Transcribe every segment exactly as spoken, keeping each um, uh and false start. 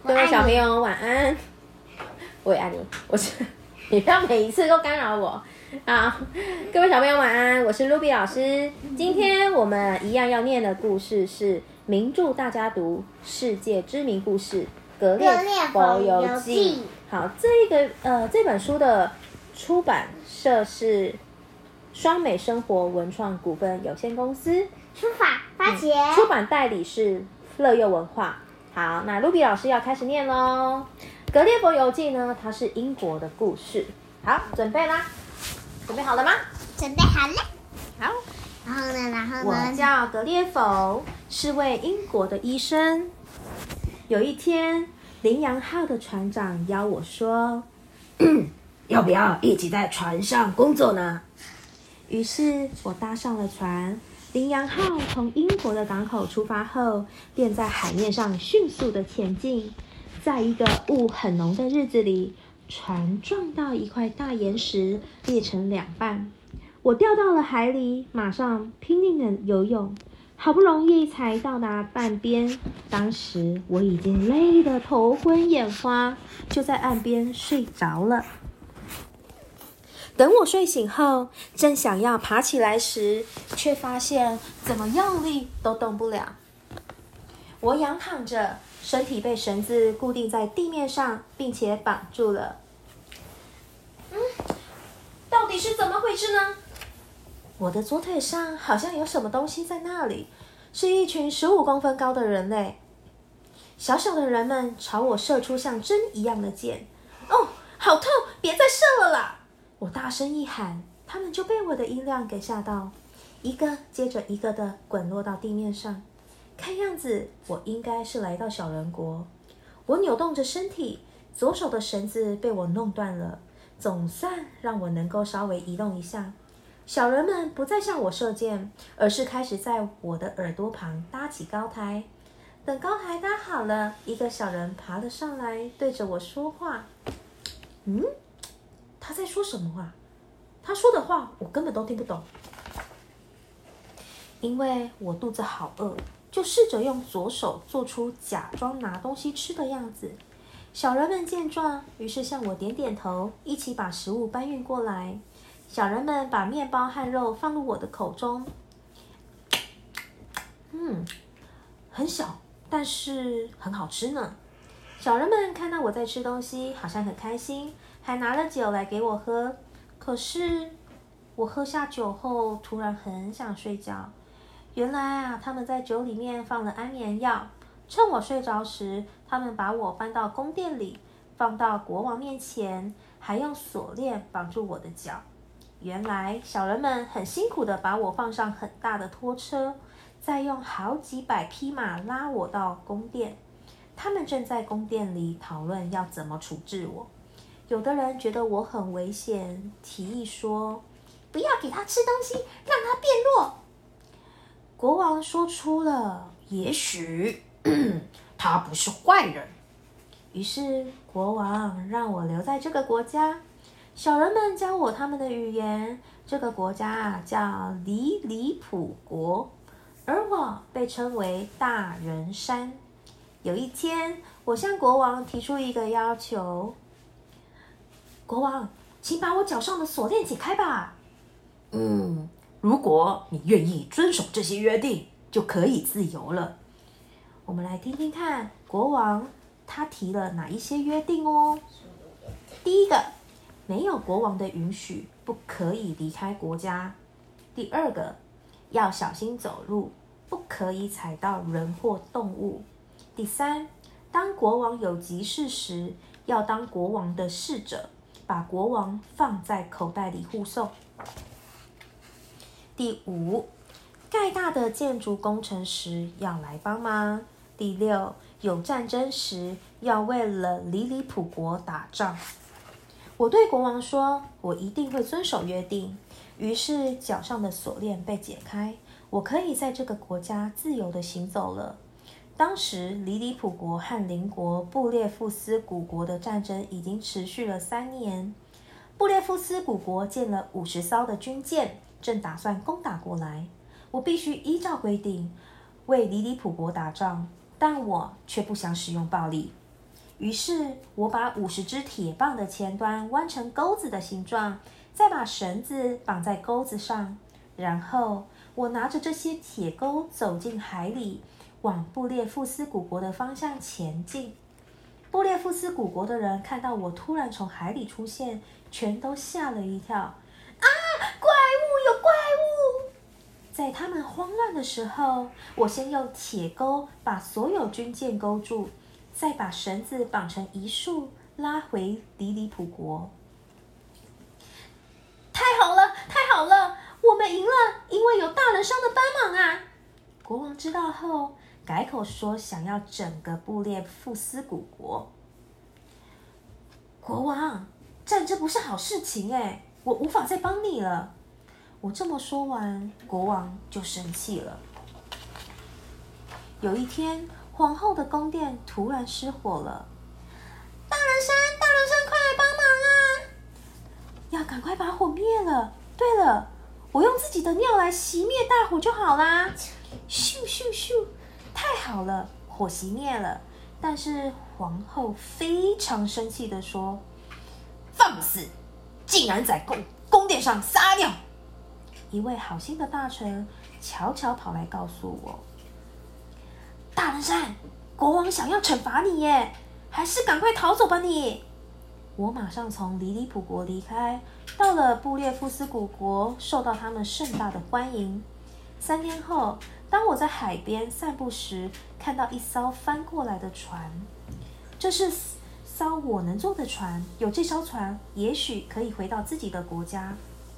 各位小朋友晚安，我也爱你，我是你不要每一次都干扰我。好，各位小朋友晚安，我是 Ruby 老师。今天我们一样要念的故事是名著大家读世界知名故事《格列佛游记》。好，这个呃这本书的出版社是双美生活文创股份有限公司， 书法发起、 嗯，出版代理是乐幼文化。好，那 Ruby 老师要开始念咯。《格列佛游记》呢，它是英国的故事。好，准备啦，准备好了吗？ 准备好了。 好。 然后呢？然后呢？ 我叫格列佛，是位英国的医生。有一天，羚羊号的船长邀我说：“要不要一起在船上工作呢？”于是我搭上了船。羚羊号从英国的港口出发后，便在海面上迅速的前进。在一个雾很浓的日子里，船撞到一块大岩石，裂成两半。我掉到了海里，马上拼命的游泳，好不容易才到达岸边。当时我已经累得头昏眼花，就在岸边睡着了。等我睡醒后，正想要爬起来时，却发现怎么用力都动不了。我仰躺着，身体被绳子固定在地面上，并且绑住了。嗯，到底是怎么回事呢？我的左腿上好像有什么东西在那里，是一群十五公分高的人类。小小的人们朝我射出像针一样的箭。哦，好痛！别再射了啦！我大声一喊，他们就被我的音量给吓到，一个接着一个的滚落到地面上。看样子我应该是来到小人国。我扭动着身体，左手的绳子被我弄断了，总算让我能够稍微移动一下。小人们不再向我射箭，而是开始在我的耳朵旁搭起高台。等高台搭好了，一个小人爬了上来，对着我说话。嗯，他在说什么话？他说的话我根本都听不懂。因为我肚子好饿，就试着用左手做出假装拿东西吃的样子。小人们见状，于是向我点点头，一起把食物搬运过来。小人们把面包和肉放入我的口中。嗯，很小，但是很好吃呢。小人们看到我在吃东西，好像很开心，还拿了酒来给我喝。可是我喝下酒后，突然很想睡觉。原来啊，他们在酒里面放了安眠药，趁我睡着时，他们把我搬到宫殿里，放到国王面前，还用锁链绑住我的脚。原来小人们很辛苦地把我放上很大的拖车，再用好几百匹马拉我到宫殿。他们正在宫殿里讨论要怎么处置我。有的人觉得我很危险，提议说不要给他吃东西，让他变弱。国王说出了也许他不是坏人。于是国王让我留在这个国家。小人们教我他们的语言。这个国家啊叫里里普国，而我被称为大人山。有一天，我向国王提出一个要求。国王，请把我脚上的锁链解开吧。嗯，如果你愿意遵守这些约定，就可以自由了。我们来听听看，国王他提了哪一些约定哦。第一个，没有国王的允许，不可以离开国家。第二个，要小心走路，不可以踩到人或动物。第三，当国王有急事时，要当国王的侍者，把国王放在口袋里护送。第五，盖大的建筑工程时要来帮忙。第六，有战争时要为了里里普国打仗。我对国王说，我一定会遵守约定。于是脚上的锁链被解开，我可以在这个国家自由地行走了。当时里里普国和邻国布列夫斯古国的战争已经持续了三年。布列夫斯古国建了五十艘的军舰，正打算攻打过来。我必须依照规定为里里普国打仗，但我却不想使用暴力。 于是我把五十只铁棒的前端弯成钩子的形状，再把绳子绑在钩子上，然后我拿着这些铁钩走进海里，往布列富斯古国的方向前进。布列富斯古国的人看到我突然从海里出现，全都吓了一跳。啊！怪物！有怪物！在他们慌乱的时候，我先用铁钩把所有军舰勾住，再把绳子绑成一束，拉回里里普国。太好了，太好了，我们赢了，因为有大人商的帮忙啊！国王知道后，改口说想要整个布列富斯古国。国王，战争不是好事情哎，我无法再帮你了。我这么说完，国王就生气了。有一天，皇后的宫殿突然失火了。大人山，大人山，快来帮忙啊！要赶快把火灭了。对了，我用自己的尿来熄灭大火就好啦。咻咻咻！太好了，火熄灭了。但是皇后非常生气地说：“放肆！竟然在宫宫殿上撒尿！”一位好心的大臣悄悄跑来告诉我：“大人山，国王想要惩罚你耶，还是赶快逃走吧你！”我马上从里里普国离开，到了布列夫斯古国，受到他们盛大的欢迎。三天后，当我在海边散步时，看到一艘翻过来的船。这是艘我能坐的船，有这艘船，也许可以回到自己的国家。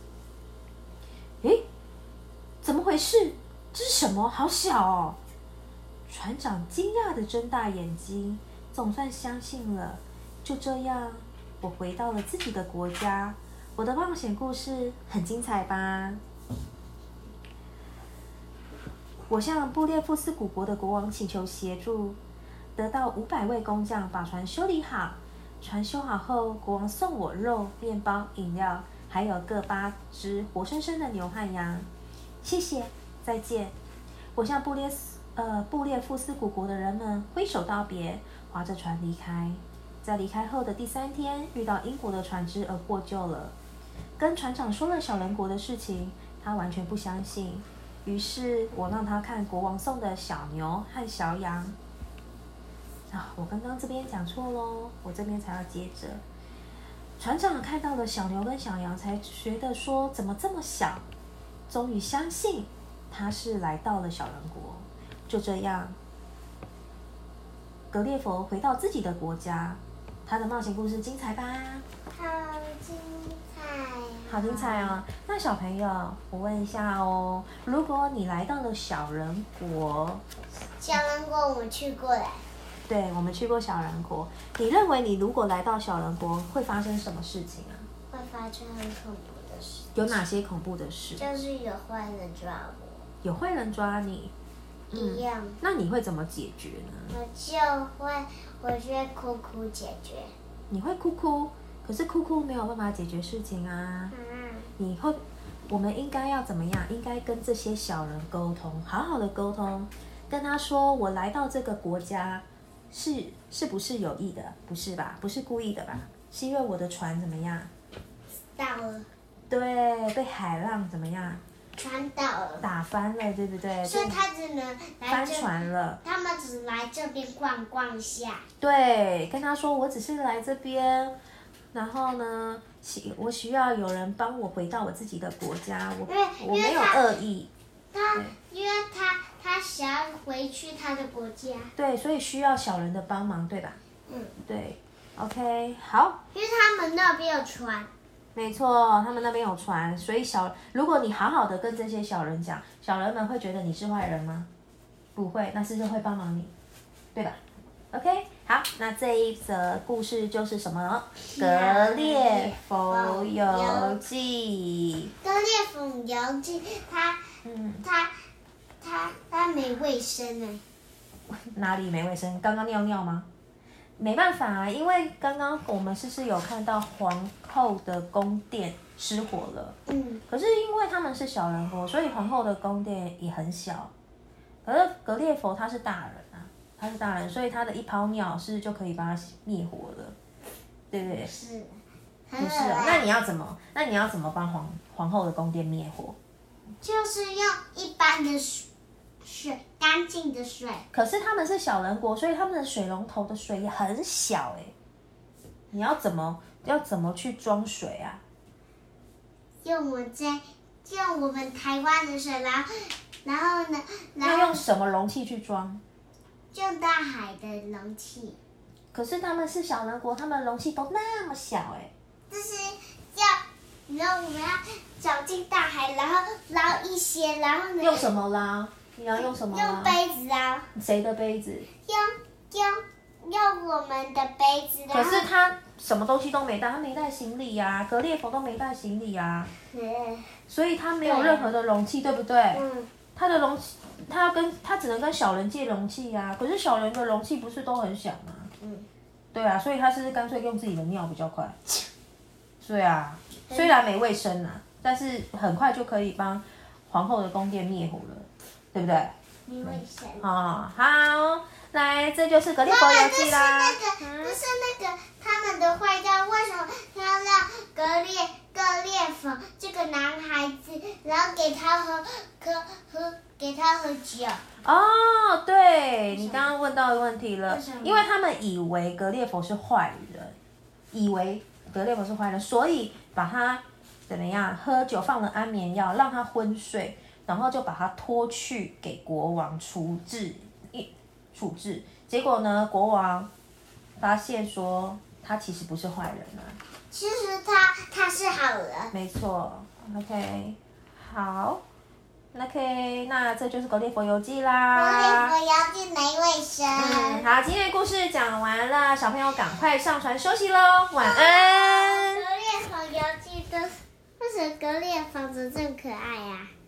诶，怎么回事？这是什么？好小哦！船长惊讶地睁大眼睛，总算相信了。就这样，我回到了自己的国家。我的冒险故事很精彩吧？我向布列夫斯古国的国王请求协助，得到五百位工匠把船修理好。船修好后，国王送我肉、面包、饮料，还有各八只活生生的牛和羊。谢谢，再见。我向布列斯呃布列夫斯古国的人们挥手道别，划着船离开。在离开后的第三天，遇到英国的船只而获救了。跟船长说了小人国的事情，他完全不相信。于是我让他看国王送的小牛和小羊。啊，我刚刚这边讲错咯，我这边才要接着。船长看到了小牛跟小羊，才觉得说怎么这么小，终于相信他是来到了小人国。就这样，格列佛回到自己的国家。他的冒险故事精彩吧？ 好精彩！ 好精彩哦！那小朋友，我问一下哦，如果你来到了小人国， 小人国我们去过了。 对，我们去过小人国。你认为你如果来到小人国，会发生什么事情啊？ 会发生很恐怖的事。 有哪些恐怖的事？ 就是有坏人抓我。 有坏人抓你？ 一样。 嗯，那你会怎么解决呢？ 我就会，我就会哭哭解决。 你会哭哭，可是哭哭没有办法解决事情啊。 嗯。 你会，我们应该要怎么样？应该跟这些小人沟通，好好的沟通，跟他说，我来到这个国家。是是不是有意的？不是吧？不是故意的吧？是因为我的船怎么样？ 倒了。 对，被海浪怎么样？ 船倒了。 打翻了，对不对？ 所以他只能来翻船了。 他们只来这边逛逛一下。 对，跟他说我只是来这边，然后呢，我需要有人帮我回到我自己的国家，我我没有恶意。 他因为他他想要回去他的国家。 对，所以需要小人的帮忙，对吧？ 嗯。 对 ，OK， 好。 因为他们那边有船。 没错，他们那边有船，所以小如果你好好的跟这些小人讲，小人们会觉得你是坏人吗？不会，那是不是会帮忙你，对吧 ？OK， 好，那这一则故事就是什么呢？《格列佛游记》。 格列佛游记，它， 嗯， 它，它，它没卫生呢。 哪里没卫生？刚刚尿尿吗？没办法啊，因为刚刚我们是不是有看到皇后的宫殿失火了？ 嗯。 可是因为他们是小人国，所以皇后的宫殿也很小。可是格列佛他是大人啊， 他是大人，所以他的一泡尿是就可以把它灭火了，对不对？ 是， 不是哦，那你要怎么？那你要怎么帮皇皇后的宫殿灭火？ 就是用一般的水，水干净的水。 可是他们是小人国，所以他们的水龙头的水也很小哎。你要怎么要怎么去装水啊？ 用我在用我们台湾的水，然后然后呢，然后要用什么容器去装？ 用大海的容器。 可是他们是小人国，他们的容器都那么小哎。 就是要，然后我们要搅进大海，然后捞一些，然后呢？ 用什么捞？你要用什么捞？ 用杯子啊。 谁的杯子？ 用用用我们的杯子。 可是他什么东西都没带，他没带行李呀、啊，格列佛都没带行李呀、啊， 嗯， 所以他没有任何的容器，对不对？ 嗯。 他的容器，他要跟他只能跟小人借容器呀、啊，可是小人的容器不是都很小吗？ 嗯。 对啊，所以他是干脆用自己的尿比较快。对啊，虽然没卫生啊，但是很快就可以帮皇后的宫殿灭火了，对不对？ 没卫生。 哦，好，来，这就是格列佛游记啦。 妈妈，这是那个，这是那个他们的坏蛋，为什么要让格列格列佛这个男孩子，然后给他喝喝喝给他喝酒？ 哦，对，你刚刚问到的问题了为什么， 因为他们以为格列佛是坏人，以为格列佛是坏人，所以把他怎么样喝酒，放了安眠药，让他昏睡，然后就把他拖去给国王处置，一处置。结果呢，国王发现说他其实不是坏人啊。 其实他他是好人。 没错 ，OK， 好。OK， 那这就是《格列佛游记》啦。 格列佛游记没卫生。 嗯，好，今天的故事讲完了，小朋友赶快上船休息喽，晚安。 格列佛游记的，为什么格列佛长得这么可爱呀、啊？